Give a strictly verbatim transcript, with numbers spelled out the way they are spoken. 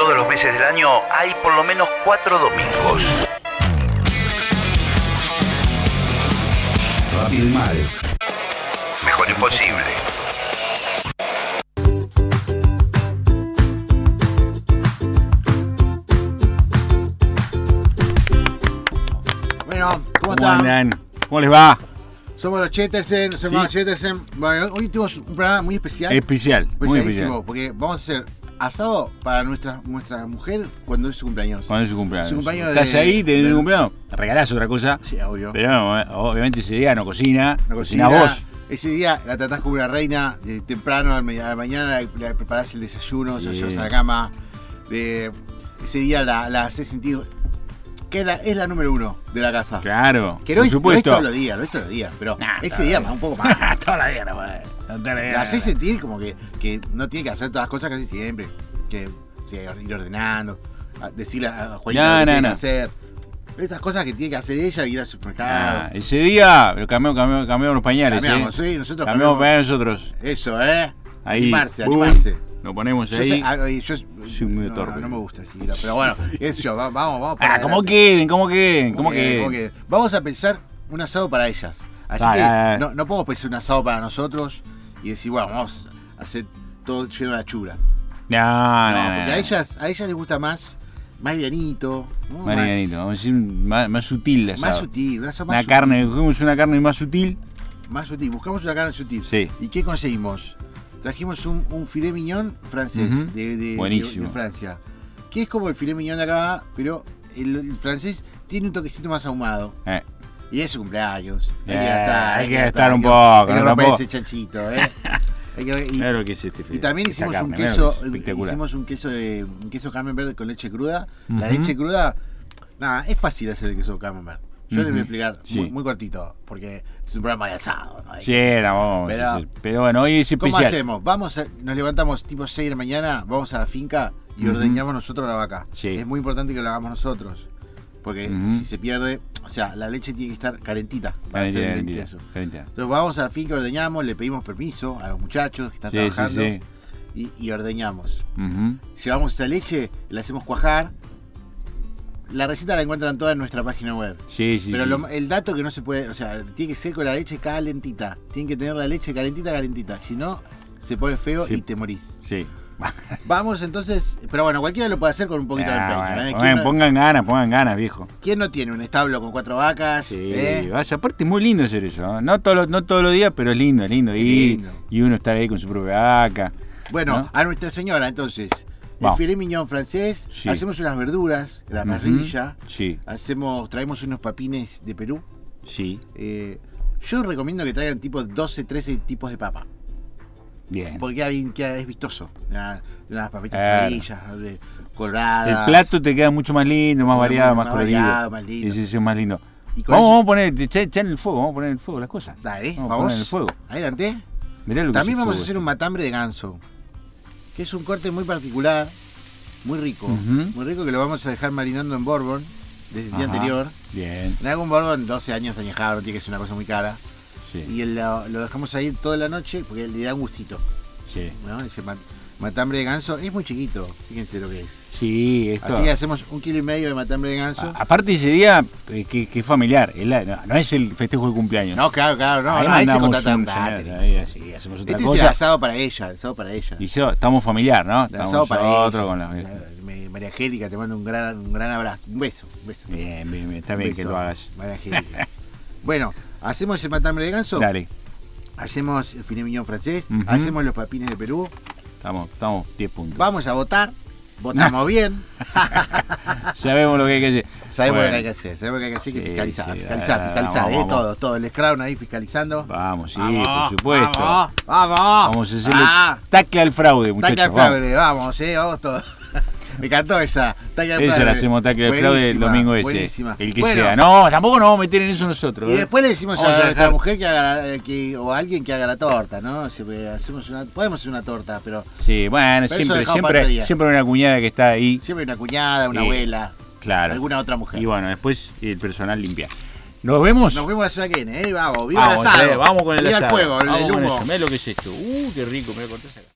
todos los meses del año hay por lo menos cuatro domingos. Rápido y Mal. Mejor imposible. Bueno, ¿cómo, ¿Cómo están? andan? ¿Cómo les va? Somos los Chettersen, somos los Sí. Chettersen. Bueno, hoy tuvimos un programa muy especial. Especial, muy especialísimo, especial. porque vamos a hacer asado para nuestra, nuestra mujer cuando es su cumpleaños. Cuando es su cumpleaños. Su cumpleaños ¿Estás de- ahí? ¿Tenés de- un cumpleaños? Regalás otra cosa. Sí, obvio. Pero eh, obviamente ese día no cocina. La Cocina cocina, vos. Ese día la tratás como una reina, de temprano a la mañana le, le preparás el desayuno, se la Sí. llevas a la cama. De, ese día la, la haces sentir que la- es la número uno de la casa. Claro. Que no por es, no es supuesto. todos los días, no es todos los días, pero Nah, ese todos día los más, un poco más. Toda la vida, no, güey. No te la La haces sentir como que, que no tiene que hacer todas las cosas casi siempre. Que o sea, ir ordenando, a- decirle a Juanita No, lo que no, tiene no. que hacer. Esas cosas que tiene que hacer ella, ir al supermercado. Ah, ese día pero cambiamos, cambiamos, cambiamos los pañales. Cambiamos, eh. sí, nosotros Cambiamos cambiamos. pañales nosotros. Eso, ¿eh? Ahí. Animarse, boom, animarse. Nos ponemos Yo, ahí. sé- ah, yo- Soy muy no, torpe. no, no me gusta así, pero bueno, eso yo, va- vamos, vamos. para Ah, ¿cómo adelante. queden? ¿Cómo queden? ¿Cómo que- queden? cómo que- Vamos a pensar un asado para ellas. Así Dale, que dale, dale. no, no podemos pensar un asado para nosotros y decir, bueno, vamos a hacer todo lleno de achuras. No, No, no, no. porque no. a ellas, a ellas les gusta más, más livianito, ¿no? Más livianito, vamos a decir un- más, más sutil. más, asado. más sutil, un asado más Una sutil, carne, cogemos una carne más sutil. más sutil. Buscamos una carne sutil. Sí. ¿Y qué conseguimos? Trajimos un, un filet mignon francés Ujú. de, de- Buenísimo. de- de Francia. Que es como el filet mignon de acá, pero el, el francés tiene un toquecito más ahumado. Eh. Y es su cumpleaños. Hay Eh, que gastar. hay que gastar, gastar un hay que- poco, Hay que no romper tampoco. ese chanchito, ¿eh? Hay que- y, Claro que es este. y también esa hicimos un carne, queso, claro que es espectacular. hicimos un queso de un queso camembert con leche cruda. La Ujú. leche cruda, nada, es fácil hacer el queso camembert. Yo les voy a Ujú. explicar Sí. muy, muy cortito, porque es un programa de asado, ¿no? Hay Sí, que- no, vamos. Pero- a hacer- pero bueno, hoy es ¿Cómo especial. hacemos? Vamos a- nos levantamos tipo seis de la mañana, vamos a la finca y Ujú. ordeñamos nosotros la vaca. Sí. Es muy importante que lo hagamos nosotros, porque Ujú. si se pierde, o sea, la leche tiene que estar calentita para Calentita, hacer el calentita, queso. calentita. Entonces vamos a la finca, ordeñamos, le pedimos permiso a los muchachos que están Sí, sí, trabajando sí. Y, y ordeñamos. Ujú. Llevamos esa leche, la hacemos cuajar. La receta la encuentran toda en nuestra página web. Sí, sí. Pero sí. lo- el dato que no se puede, o sea, tiene que ser con la leche calentita. Tienen que tener la leche calentita, calentita. Si no, se pone feo Sí. y te morís. Sí. Vamos entonces, pero bueno, cualquiera lo puede hacer con un poquito de Ah, empeño. bueno, ¿eh? pongan, ¿Quién, no, pongan ganas, pongan ganas, viejo. quién no tiene un establo con cuatro vacas? Sí, ¿eh? vas, aparte es muy lindo hacer eso, ¿no? No todos los no todos los días, pero es lindo, es lindo. Y, Lindo. y uno estar ahí con su propia vaca. Bueno, ¿no? a Nuestra Señora entonces. El Vamos. filet mignon francés, Sí. hacemos unas verduras, la Ujú. parrilla, Sí, hacemos, traemos unos papines de Perú. sí, Eh, yo recomiendo que traigan tipo doce, trece tipos de papa. bien. Porque queda, bien, queda- es vistoso. Una- unas papitas Claro. amarillas, de- coloradas. El plato te queda mucho más lindo, más Muy- variado, muy- más más colorido. variado, más lindo. Sí, sí, sí, más lindo. Y con Vamos, eso- vamos a poner, echar echar en el fuego, vamos a poner en el fuego las cosas. Dale, vamos. a vamos. poner en el fuego. Adelante. Mirá lo que También es el vamos a fuego hacer este. un matambre de ganso. Que es un corte muy particular, muy rico. Ujú. Muy rico que lo vamos a dejar marinando en bourbon desde el día Ajá. anterior. Bien, En algún bourbon, doce años añejado, no tiene que ser una cosa muy cara. sí, Y el- lo, lo dejamos ahí toda la noche porque le da un gustito. sí. ¿No? Ese ma- matambre de ganso es muy chiquito, fíjense lo que es. Sí, esto. Así que hacemos un kilo y medio de matambre de ganso. a- aparte ese día, eh, que, que es familiar, es la- no, no es el festejo de cumpleaños. No, claro, claro, no, ahí no, ahí se mandamos contrata un un señor, catering. ahí así, hacemos otra Este es el cosa. asado para ella, el asado para ella. Y yo, estamos familiar, ¿no? El Estamos asado para nosotros ella. con la... Eh, María Angélica, te mando un gran, un gran abrazo. Un beso, un beso. Bien, bien, bien, está Un bien que beso, lo hagas. María Angélica. Bueno, hacemos el matambre de ganso, Dale, hacemos el filet mignon francés, Ujú. hacemos los papines de Perú, estamos, estamos diez puntos. vamos a votar, votamos bien, Sabemos lo que hay que hacer. sabemos Bueno, lo que hay que hacer, sabemos lo que hay que hacer, que Sí, fiscalizar, sí, fiscalizar, ah, fiscalizar, vamos, eh, vamos. todo, todo, el Scrown ahí fiscalizando. Vamos, sí, Vamos, por supuesto. Vamos, vamos. Vamos a hacerle Ah, tacle al fraude, muchachos. tacle al vamos. fraude, vamos, eh, vamos todos. Me encantó esa, tacle al Esa fraude. la hacemos tacle al fraude el Buenísima, domingo ese. buenísima. El que Bueno, sea. No, tampoco nos vamos a meter en eso nosotros. y ¿eh? después le decimos Vamos a, a nuestra dejar- mujer que haga la- que, o a alguien que haga la torta, ¿no? Si hacemos una, podemos hacer una torta, pero Sí, bueno, Pero eso siempre, dejamos para otro siempre, día. siempre hay una cuñada que está ahí. siempre hay una cuñada, una Sí. abuela, Claro. alguna otra mujer. Y bueno, después el personal limpia. ¿Nos vemos? Nos vemos la semana que viene, ¿eh? Vamos, viva Vamos, el asado. eh, vamos con el Viva asado. el fuego, el, Vamos el con humo. eso. Mirá lo que es esto. Uh, qué rico, me voy a cortar esa-